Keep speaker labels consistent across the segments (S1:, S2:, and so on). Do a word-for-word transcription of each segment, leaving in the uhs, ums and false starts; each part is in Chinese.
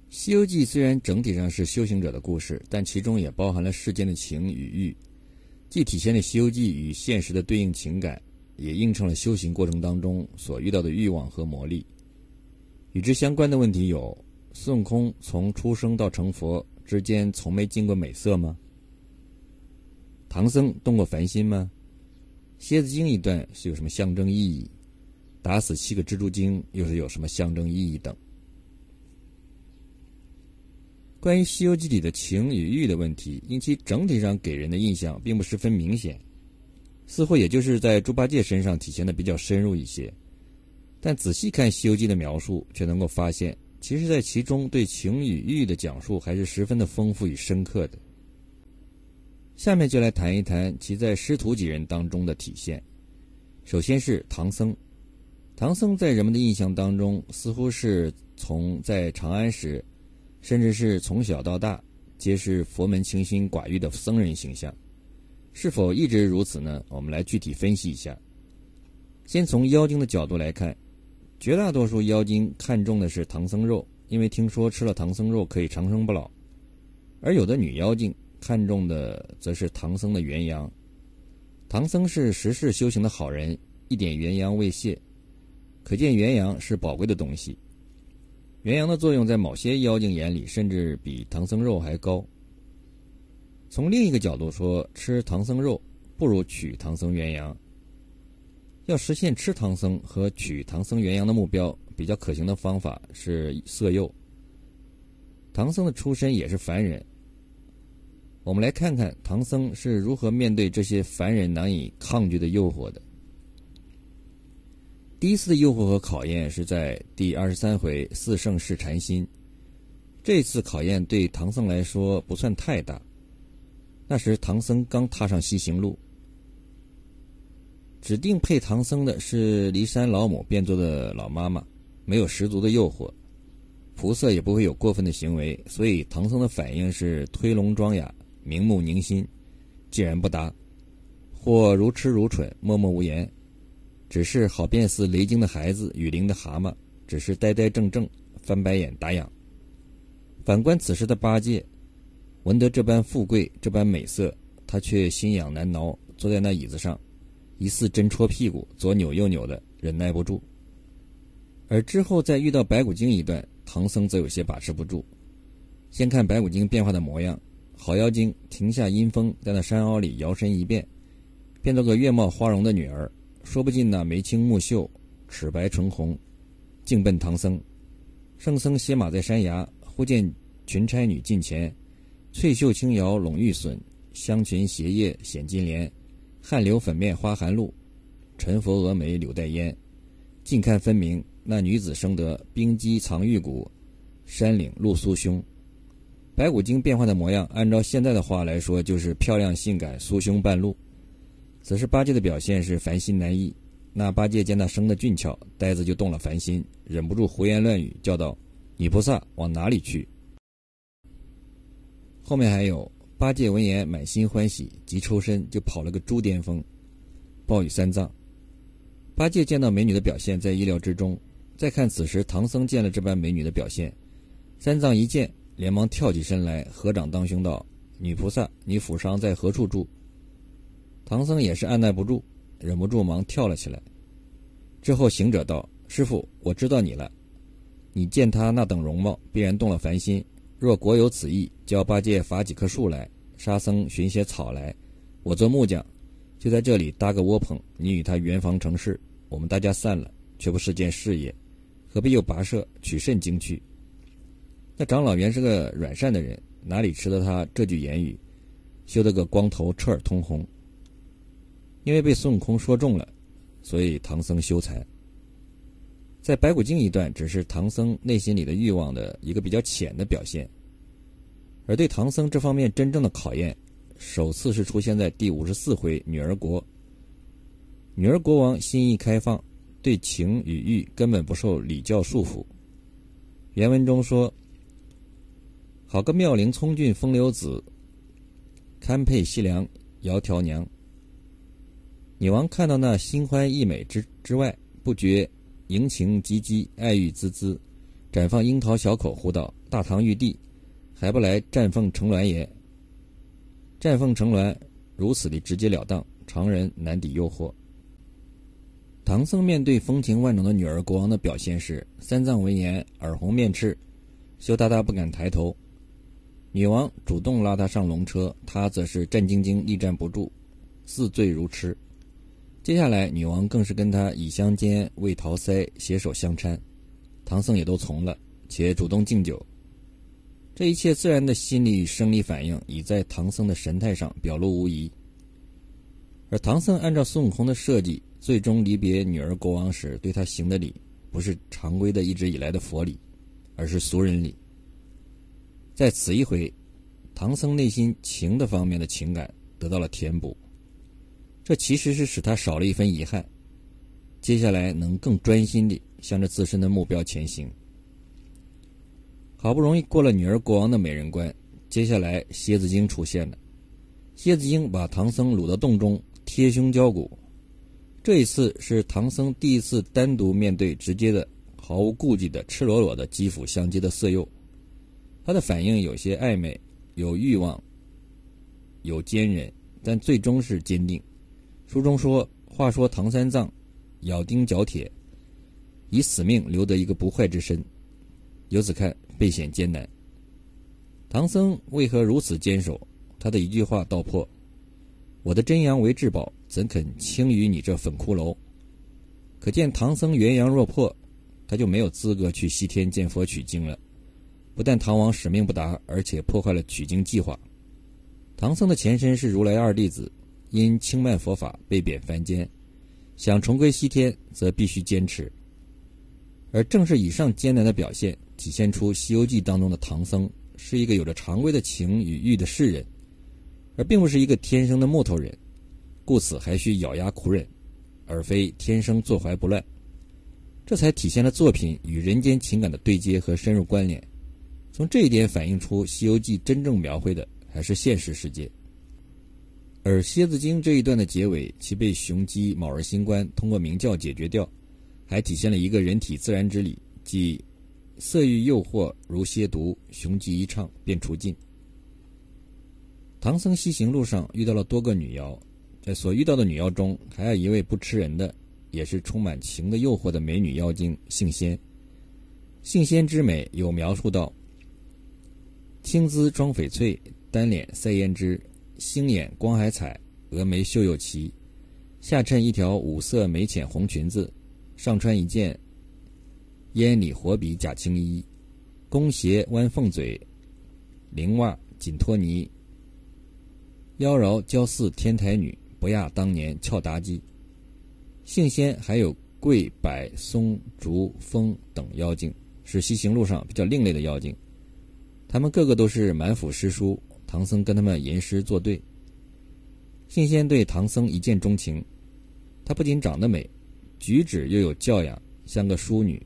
S1: 西游记虽然整体上是修行者的故事，但其中也包含了世间的情与欲，既体现了西游记与现实的对应情感，也映衬了修行过程当中所遇到的欲望和魔力。与之相关的问题有：孙悟空从出生到成佛之间从没经过美色吗？唐僧动过凡心吗？蝎子精一段是有什么象征意义？打死七个蜘蛛精又是有什么象征意义等。关于《西游记》里的情与欲的问题，因其整体上给人的印象并不十分明显，似乎也就是在猪八戒身上体现的比较深入一些。但仔细看《西游记》的描述，却能够发现，其实在其中对情与欲的讲述还是十分的丰富与深刻的。下面就来谈一谈其在师徒几人当中的体现。首先是唐僧。唐僧在人们的印象当中，似乎是从在长安时，甚至是从小到大皆是佛门清心寡欲的僧人形象。是否一直如此呢？我们来具体分析一下。先从妖精的角度来看，绝大多数妖精看重的是唐僧肉，因为听说吃了唐僧肉可以长生不老。而有的女妖精看重的则是唐僧的元阳。唐僧是十世修行的好人，一点元阳未泄，可见元阳是宝贵的东西。元阳的作用在某些妖精眼里甚至比唐僧肉还高。从另一个角度说，吃唐僧肉不如取唐僧元阳。要实现吃唐僧和取唐僧元阳的目标，比较可行的方法是色诱。唐僧的出身也是凡人，我们来看看唐僧是如何面对这些凡人难以抗拒的诱惑的。第一次的诱惑和考验是在第二十三回四圣试禅心。这次考验对唐僧来说不算太大，那时唐僧刚踏上西行路。指定配唐僧的是骊山老母变作的老妈妈，没有十足的诱惑，菩萨也不会有过分的行为，所以唐僧的反应是推聋装哑，明目凝心，既然不答，或如痴如蠢，默默无言，只是好便似雷惊的孩子，雨淋的蛤蟆，只是呆呆怔怔，翻白眼打烊。反观此时的八戒，闻得这般富贵，这般美色，他却心痒难挠，坐在那椅子上，疑似针戳屁股，左扭右扭的，忍耐不住。而之后再遇到白骨精一段，唐僧则有些把持不住。先看白骨精变化的模样，好妖精停下阴风，在那山凹里摇身一变，变做个月貌花容的女儿，说不尽那眉清目秀，齿白唇红，径奔唐僧。圣僧歇马在山崖，忽见群差女近前，翠袖轻摇拢玉笋，香裙斜叶显金莲，汗流粉面花含露，沉佛蛾眉柳带烟。近看分明，那女子生得冰肌藏玉骨，山岭露酥胸。白骨精变化的模样，按照现在的话来说，就是漂亮性感，酥胸半露。此时八戒的表现是烦心难抑，那八戒见他生得俊俏，呆子就动了凡心，忍不住胡言乱语，叫道：“女菩萨往哪里去？”后面还有八戒闻言满心欢喜，急抽身就跑了个猪癫疯。报与三藏，八戒见到美女的表现在意料之中。再看此时唐僧见了这般美女的表现，三藏一见连忙跳起身来，合掌当胸道：“女菩萨，你府上在何处住？”唐僧也是按耐不住，忍不住忙跳了起来。之后行者道：“师父，我知道你了。你见他那等容貌，必然动了凡心。若果有此意，叫八戒伐几棵树来，沙僧寻些草来，我做木匠，就在这里搭个窝棚，你与他圆房成事，我们大家散了，却不是件事业，何必又跋涉取甚经去？”那长老原是个软善的人，哪里吃得他这句言语，羞得个光头彻耳通红。因为被孙悟空说中了，所以唐僧羞惭。在白骨精一段，只是唐僧内心里的欲望的一个比较浅的表现，而对唐僧这方面真正的考验，首次是出现在第五十四回女儿国。女儿国王心意开放，对情与欲根本不受礼教束缚。原文中说：“好个妙龄聪俊风流子，堪配西凉窈窕娘。”女王看到那心欢意美之之外，不觉盈情激激，爱欲滋滋， 展放樱桃小口呼道：“大唐玉帝，还不来战凤乘鸾也？”战凤乘鸾如此的直截了当，常人难抵诱惑。唐僧面对风情万种的女儿国王的表现是三藏闻言耳红面赤，羞答答不敢抬头。女王主动拉他上龙车，他则是战兢兢力站不住，自醉如痴。接下来女王更是跟他以香肩喂桃腮，携手相搀，唐僧也都从了，且主动敬酒。这一切自然的心理与生理反应已在唐僧的神态上表露无遗。而唐僧按照孙悟空的设计，最终离别女儿国王时对他行的礼，不是常规的一直以来的佛礼，而是俗人礼。在此一回，唐僧内心情的方面的情感得到了填补，这其实是使他少了一分遗憾，接下来能更专心地向着自身的目标前行。好不容易过了女儿国王的美人关，接下来蝎子精出现了。蝎子精把唐僧掳到洞中，贴胸交骨。这一次是唐僧第一次单独面对直接的、毫无顾忌的、赤裸裸的肌肤相接的色诱。他的反应有些暧昧，有欲望，有坚韧，但最终是坚定。书中说，话说唐三藏咬钉嚼铁，以死命留得一个不坏之身，由此看倍显艰难。唐僧为何如此坚守？他的一句话道破：我的真阳为至宝，怎肯轻于你这粉骷髅？可见唐僧元阳若破，他就没有资格去西天见佛取经了。不但唐王使命不达，而且破坏了取经计划。唐僧的前身是如来二弟子，因轻慢佛法被贬凡间，想重归西天则必须坚持。而正是以上艰难的表现，体现出《西游记》当中的唐僧是一个有着常规的情与欲的世人，而并不是一个天生的木头人，故此还需咬牙苦忍，而非天生坐怀不乱。这才体现了作品与人间情感的对接和深入关联。从这一点反映出《西游记》真正描绘的还是现实世界。而蝎子精这一段的结尾，其被雄鸡卯儿星官通过鸣叫解决掉，还体现了一个人体自然之理，即色欲诱惑如蝎毒，雄鸡一唱便除尽。唐僧西行路上遇到了多个女妖，在所遇到的女妖中，还有一位不吃人的，也是充满情的诱惑的美女妖精杏仙。杏仙之美有描述到：青姿妆翡翠，单脸赛胭脂，星眼光海彩，峨眉秀又齐，下衬一条五色眉浅红裙子，上穿一件烟里火比假青衣，弓鞋弯凤嘴，绫袜紧拖泥，妖娆娇似天台女，不亚当年俏妲己。杏仙还有桂、柏、松、竹、风等妖精，是西行路上比较另类的妖精。他们个个都是满腹诗书，唐僧跟他们吟诗作对。杏仙对唐僧一见钟情，她不仅长得美，举止又有教养，像个淑女。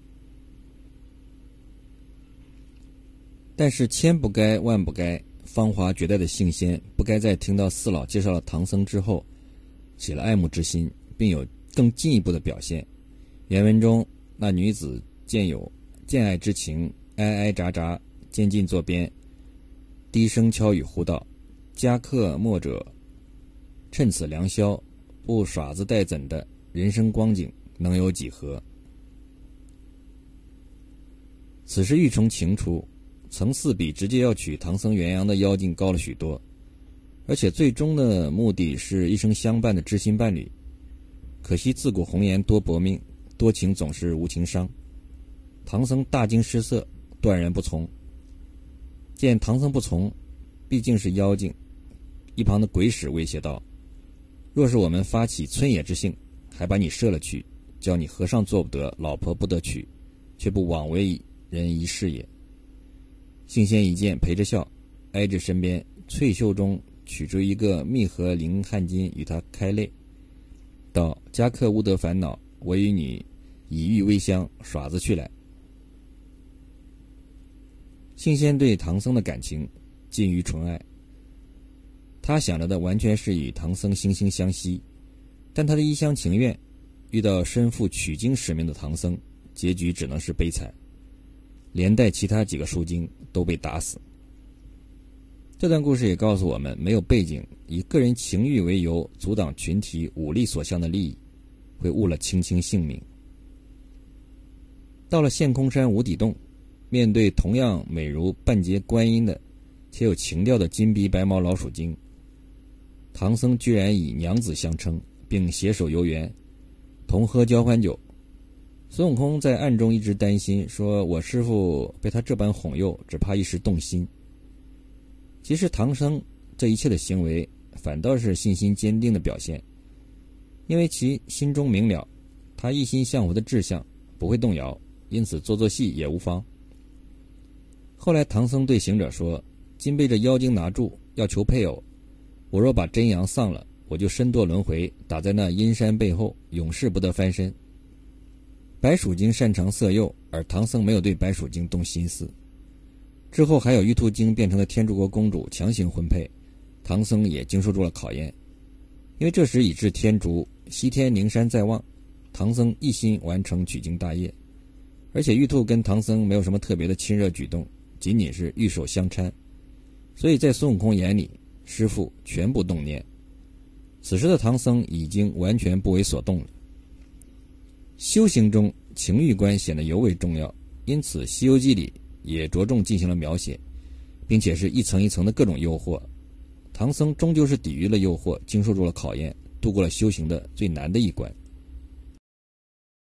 S1: 但是千不该万不该，芳华绝代的杏仙不该在听到四老介绍了唐僧之后起了爱慕之心，并有更进一步的表现。原文中那女子见有见爱之情，哀哀喳喳，渐进作边，低声悄语呼道：家客莫者，趁此良宵，不耍子待怎的，人生光景能有几何？此时欲从情出，层次比直接要娶唐僧元阳的妖精高了许多，而且最终的目的是一生相伴的知心伴侣。可惜自古红颜多薄命，多情总是无情伤。唐僧大惊失色，断然不从。见唐僧不从，毕竟是妖精，一旁的鬼使威胁道：若是我们发起村野之性，还把你射了去，叫你和尚做不得，老婆不得娶，却不枉为人一世也。杏仙一见，陪着笑，挨着身边，翠袖中取出一个密合绫汗巾与他开泪，道：家客勿得烦恼，我与你以玉微香，耍子去来。杏仙对唐僧的感情近于纯爱，他想着的完全是与唐僧惺惺相惜，但他的一厢情愿遇到身负取经使命的唐僧，结局只能是悲惨。 连带其他几个书精都被打死。这段故事也告诉我们，没有背景，以个人情欲为由阻挡群体武力所向的利益，会误了卿卿性命。到了陷空山无底洞，面对同样美如半截观音的且有情调的金鼻白毛老鼠精，唐僧居然以娘子相称，并携手游园，同喝交欢酒。孙悟空在暗中一直担心，说我师父被他这般哄诱，只怕一时动心。其实唐僧这一切的行为反倒是信心坚定的表现，因为其心中明了，他一心向佛的志向不会动摇，因此做做戏也无妨。后来唐僧对行者说，今被这妖精拿住，要求配偶，我若把真阳丧了，我就身堕轮回，打在那阴山背后，永世不得翻身。白鼠精擅长色诱，而唐僧没有对白鼠精动心思。之后还有玉兔精变成了天竺国公主，强行婚配，唐僧也经受住了考验。因为这时已至天竺，西天灵山在望，唐僧一心完成取经大业，而且玉兔跟唐僧没有什么特别的亲热举动，仅仅是玉手相搀，所以在孙悟空眼里，师父全部动念。此时的唐僧已经完全不为所动了。修行中情欲观显得尤为重要，因此《西游记》里也着重进行了描写，并且是一层一层的各种诱惑。唐僧终究是抵御了诱惑，经受住了考验，度过了修行的最难的一关。